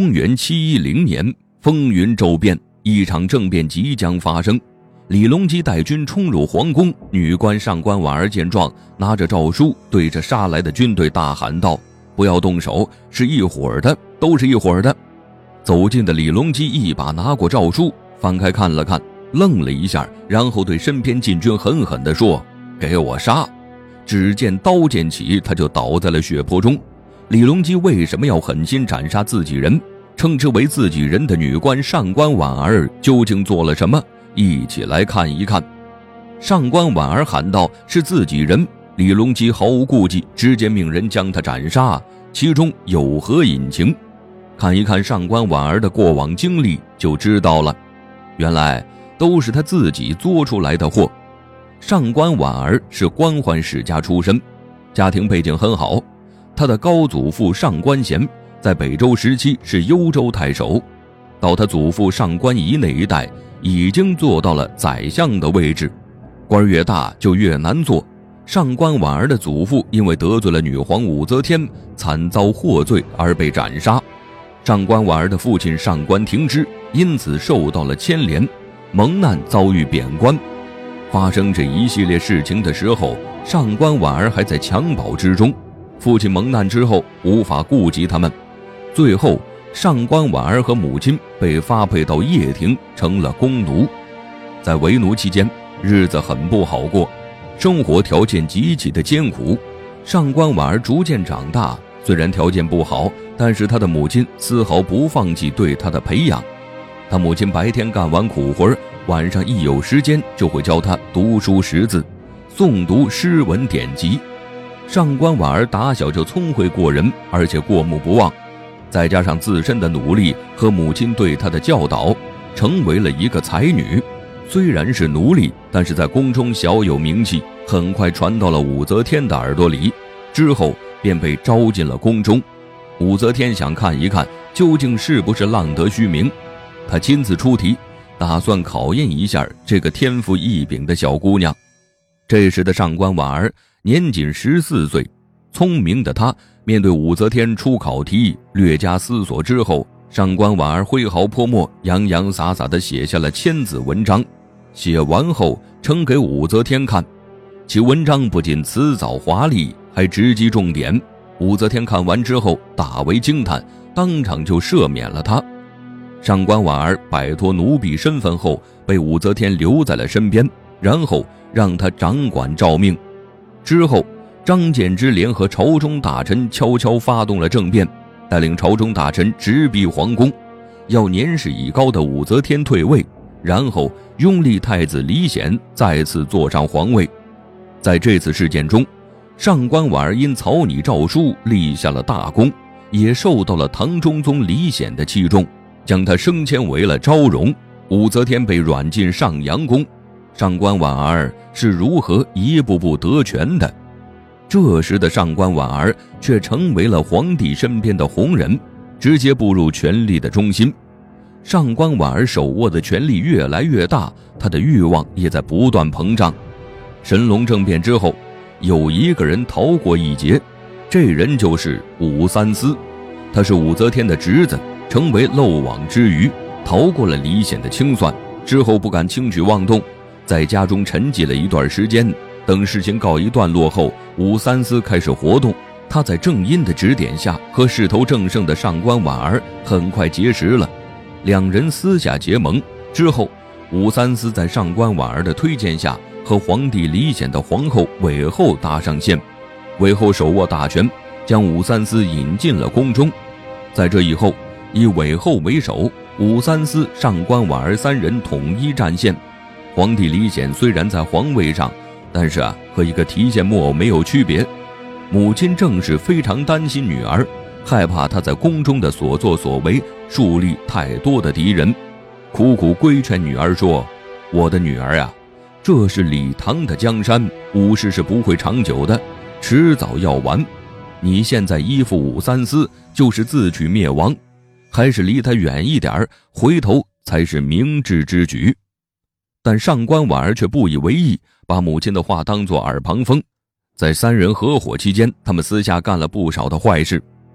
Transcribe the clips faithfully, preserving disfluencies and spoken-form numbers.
公元七一零年，风云骤变，一场政变即将发生。李隆基带军冲入皇宫，女官上官婉儿见状，拿着诏书对着杀来的军队大喊道：“不要动手，是一伙儿的，都是一伙儿的。”走近的李隆基一把拿过诏书，翻开看了看，愣了一下，然后对身边禁军狠狠地说：“给我杀！”只见刀剑起，他就倒在了血泊中。李隆基为什么要狠心斩杀自己人？称之为自己人的女官上官婉儿究竟做了什么？一起来看一看。上官婉儿喊道：“是自己人！”李隆基毫无顾忌，直接命人将他斩杀，其中有何隐情？看一看上官婉儿的过往经历就知道了，原来都是他自己作出来的祸。上官婉儿是官宦世家出身，家庭背景很好，他的高祖父上官贤在北周时期是幽州太守，到他祖父上官仪那一代已经做到了宰相的位置，官越大就越难做。上官婉儿的祖父因为得罪了女皇武则天，惨遭祸罪而被斩杀。上官婉儿的父亲上官庭之因此受到了牵连，蒙难遭遇贬官。发生这一系列事情的时候，上官婉儿还在襁褓之中，父亲蒙难之后无法顾及他们，最后上官婉儿和母亲被发配到掖庭，成了宫奴。在为奴期间，日子很不好过，生活条件极其的艰苦。上官婉儿逐渐长大，虽然条件不好，但是她的母亲丝毫不放弃对她的培养。她母亲白天干完苦活，晚上一有时间就会教她读书识字，诵读诗文典籍。上官婉儿打小就聪慧过人，而且过目不忘，再加上自身的努力和母亲对她的教导，成为了一个才女。虽然是奴隶，但是在宫中小有名气，很快传到了武则天的耳朵里，之后便被招进了宫中。武则天想看一看究竟是不是浪得虚名，她亲自出题，打算考验一下这个天赋异禀的小姑娘。这时的上官婉儿年仅十四岁，聪明的她面对武则天出考题，略加思索之后，上官婉儿挥毫泼墨，洋洋洒洒地写下了千字文章。写完后呈给武则天看，其文章不仅辞藻华丽，还直击重点。武则天看完之后大为惊叹，当场就赦免了他。上官婉儿摆脱奴婢身份后，被武则天留在了身边，然后让他掌管诏命。之后张柬之联合朝中大臣悄悄发动了政变，带领朝中大臣直逼皇宫，要年事已高的武则天退位，然后拥立太子李显再次坐上皇位。在这次事件中，上官婉儿因草拟诏书立下了大功，也受到了唐中宗李显的器重，将他升迁为了昭容。武则天被软禁上阳宫，上官婉儿是如何一步步得权的？这时的上官婉儿却成为了皇帝身边的红人，直接步入权力的中心。上官婉儿手握的权力越来越大，她的欲望也在不断膨胀。神龙政变之后，有一个人逃过一劫，这人就是武三思。他是武则天的侄子，成为漏网之鱼，逃过了李显的清算，之后不敢轻举妄动，在家中沉寂了一段时间。等事情告一段落后，武三思开始活动，他在正因的指点下，和势头正盛的上官婉儿很快结识了，两人私下结盟。之后武三思在上官婉儿的推荐下，和皇帝李显的皇后韦后搭上线。韦后手握大权，将武三思引进了宫中。在这以后，以韦后为首，武三思、上官婉儿三人统一战线。皇帝李显虽然在皇位上，但是啊，和一个提线木偶没有区别。母亲正是非常担心女儿，害怕她在宫中的所作所为树立太多的敌人，苦苦规劝女儿说：“我的女儿啊，这是李唐的江山，武士是不会长久的，迟早要完。你现在依附武三思，就是自取灭亡，还是离他远一点，回头才是明智之举。”但上官婉儿却不以为意，把母亲的话当作耳旁风。在三人合伙期间，他们私下干了不少的坏事，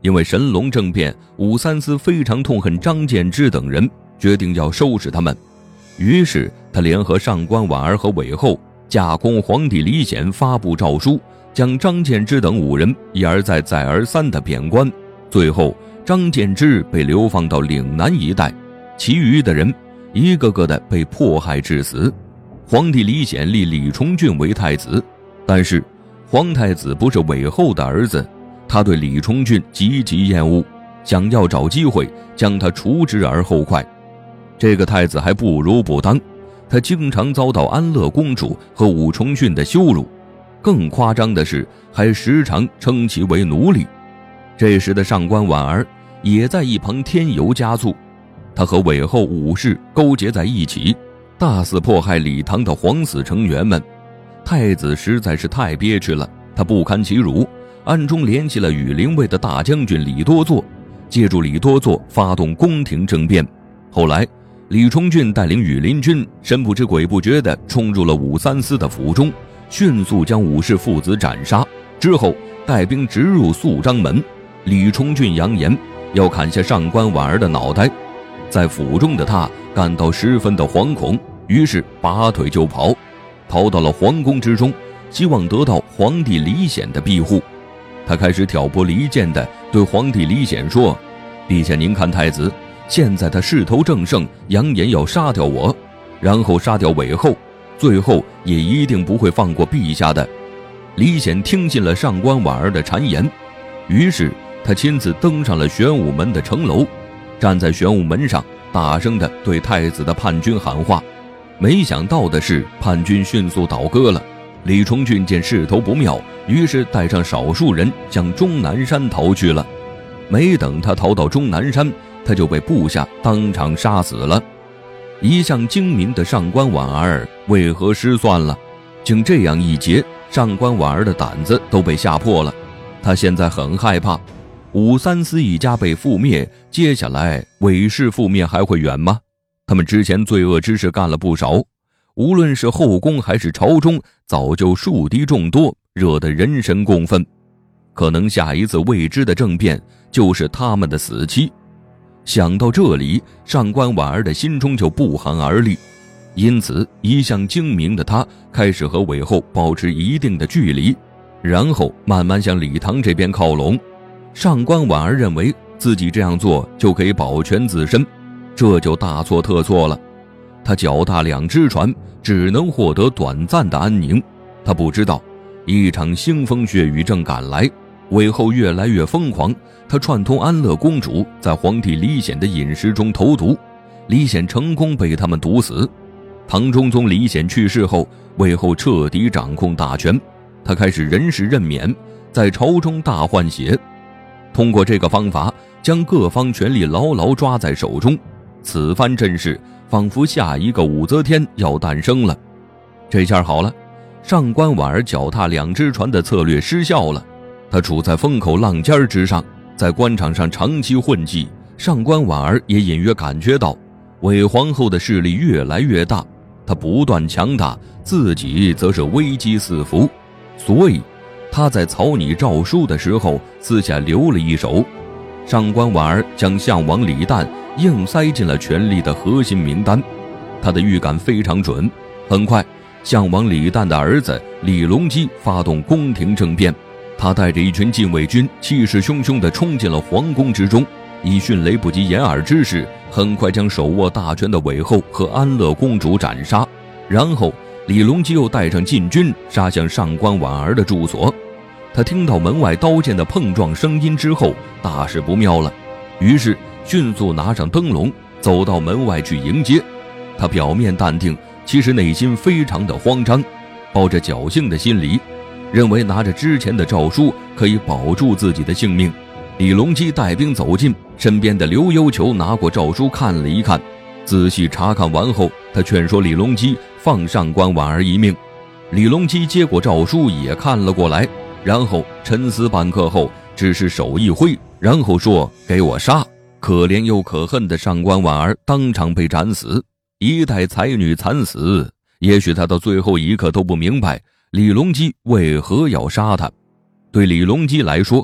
因为神龙政变，武三思非常痛恨张建之等人，决定要收拾他们。于是他联合上官婉儿和韦后，架空皇帝李显发布诏书，将张建之等五人一而再再而三地贬官。最后张建之被流放到岭南一带，其余的人一个个的被迫害致死。皇帝李显立李重俊为太子，但是皇太子不是韦后的儿子，他对李重俊极其厌恶，想要找机会将他除之而后快。这个太子还不如不当，他经常遭到安乐公主和武重训的羞辱，更夸张的是还时常称其为奴隶。这时的上官婉儿也在一旁添油加醋，他和韦后武氏勾结在一起，大肆迫害李唐的皇嗣成员们。太子实在是太憋屈了，他不堪其辱，暗中联系了羽林卫的大将军李多祚，借助李多祚发动宫廷政变。后来李重俊带领羽林军神不知鬼不觉地冲入了武三思的府中，迅速将武氏父子斩杀，之后带兵直入肃章门。李重俊扬言要砍下上官婉儿的脑袋，在府中的他感到十分的惶恐，于是拔腿就跑，逃到了皇宫之中，希望得到皇帝李显的庇护。他开始挑拨离间地对皇帝李显说：陛下您看太子现在他势头正盛，扬言要杀掉我，然后杀掉韦后，最后也一定不会放过陛下的。李显听信了上官婉儿的谗言，于是他亲自登上了玄武门的城楼，站在玄武门上大声地对太子的叛军喊话。没想到的是，叛军迅速倒戈了。李重俊见势头不妙，于是带上少数人向终南山逃去了。没等他逃到终南山，他就被部下当场杀死了。一向精明的上官婉儿为何失算了？经这样一劫，上官婉儿的胆子都被吓破了。他现在很害怕，武三思一家被覆灭，接下来韦氏覆灭还会远吗？他们之前罪恶之事干了不少，无论是后宫还是朝中，早就树敌众多，惹得人神共愤。可能下一次未知的政变就是他们的死期。想到这里，上官婉儿的心中就不寒而栗，因此一向精明的他开始和韦后保持一定的距离，然后慢慢向李唐这边靠拢。上官婉儿认为自己这样做就可以保全自身，这就大错特错了。他脚踏两只船，只能获得短暂的安宁。他不知道一场腥风血雨正赶来，韦后越来越疯狂，他串通安乐公主在皇帝李显的饮食中投毒，李显成功被他们毒死。唐中宗李显去世后，韦后彻底掌控大权，他开始人事任免，在朝中大换血，通过这个方法将各方权力牢牢抓在手中。此番阵势仿佛下一个武则天要诞生了。这下好了，上官婉儿脚踏两只船的策略失效了。他处在风口浪尖之上，在官场上长期混迹，上官婉儿也隐约感觉到韦皇后的势力越来越大，她不断强大，自己则是危机四伏。所以他在草拟诏书的时候私下留了一手。上官婉儿将项王李旦硬塞进了权力的核心名单，他的预感非常准。很快，项王李旦的儿子李隆基发动宫廷政变，他带着一群禁卫军气势汹汹地冲进了皇宫之中，以迅雷不及掩耳之势，很快将手握大权的韦后和安乐公主斩杀。然后李隆基又带上禁军杀向上官婉儿的住所。他听到门外刀剑的碰撞声音之后，大事不妙了，于是迅速拿上灯笼走到门外去迎接。他表面淡定，其实内心非常的慌张，抱着侥幸的心理，认为拿着之前的诏书可以保住自己的性命。李隆基带兵走近，身边的刘幽求拿过诏书看了一看，仔细查看完后，他劝说李隆基放上官婉儿一命。李隆基接过诏书也看了过来，然后沉思半刻后，只是手一挥，然后说：给我杀！可怜又可恨的上官婉儿当场被斩死，一代才女惨死。也许他到最后一刻都不明白李隆基为何要杀他。对李隆基来说，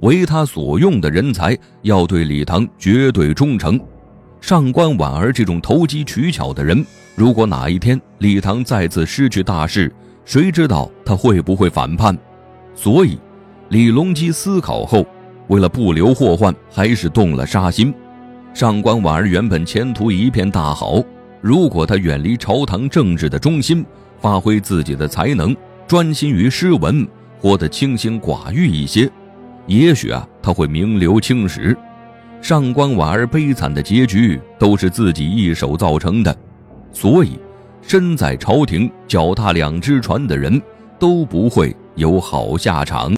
为他所用的人才要对李唐绝对忠诚。上官婉儿这种投机取巧的人，如果哪一天李唐再次失去大势，谁知道他会不会反叛？所以李隆基思考后，为了不留祸患，还是动了杀心。上官婉儿原本前途一片大好，如果他远离朝堂政治的中心，发挥自己的才能，专心于诗文，活得清心寡欲一些，也许啊，他会名留青史。上官婉儿悲惨的结局都是自己一手造成的，所以身在朝廷脚踏两只船的人都不会有好下场。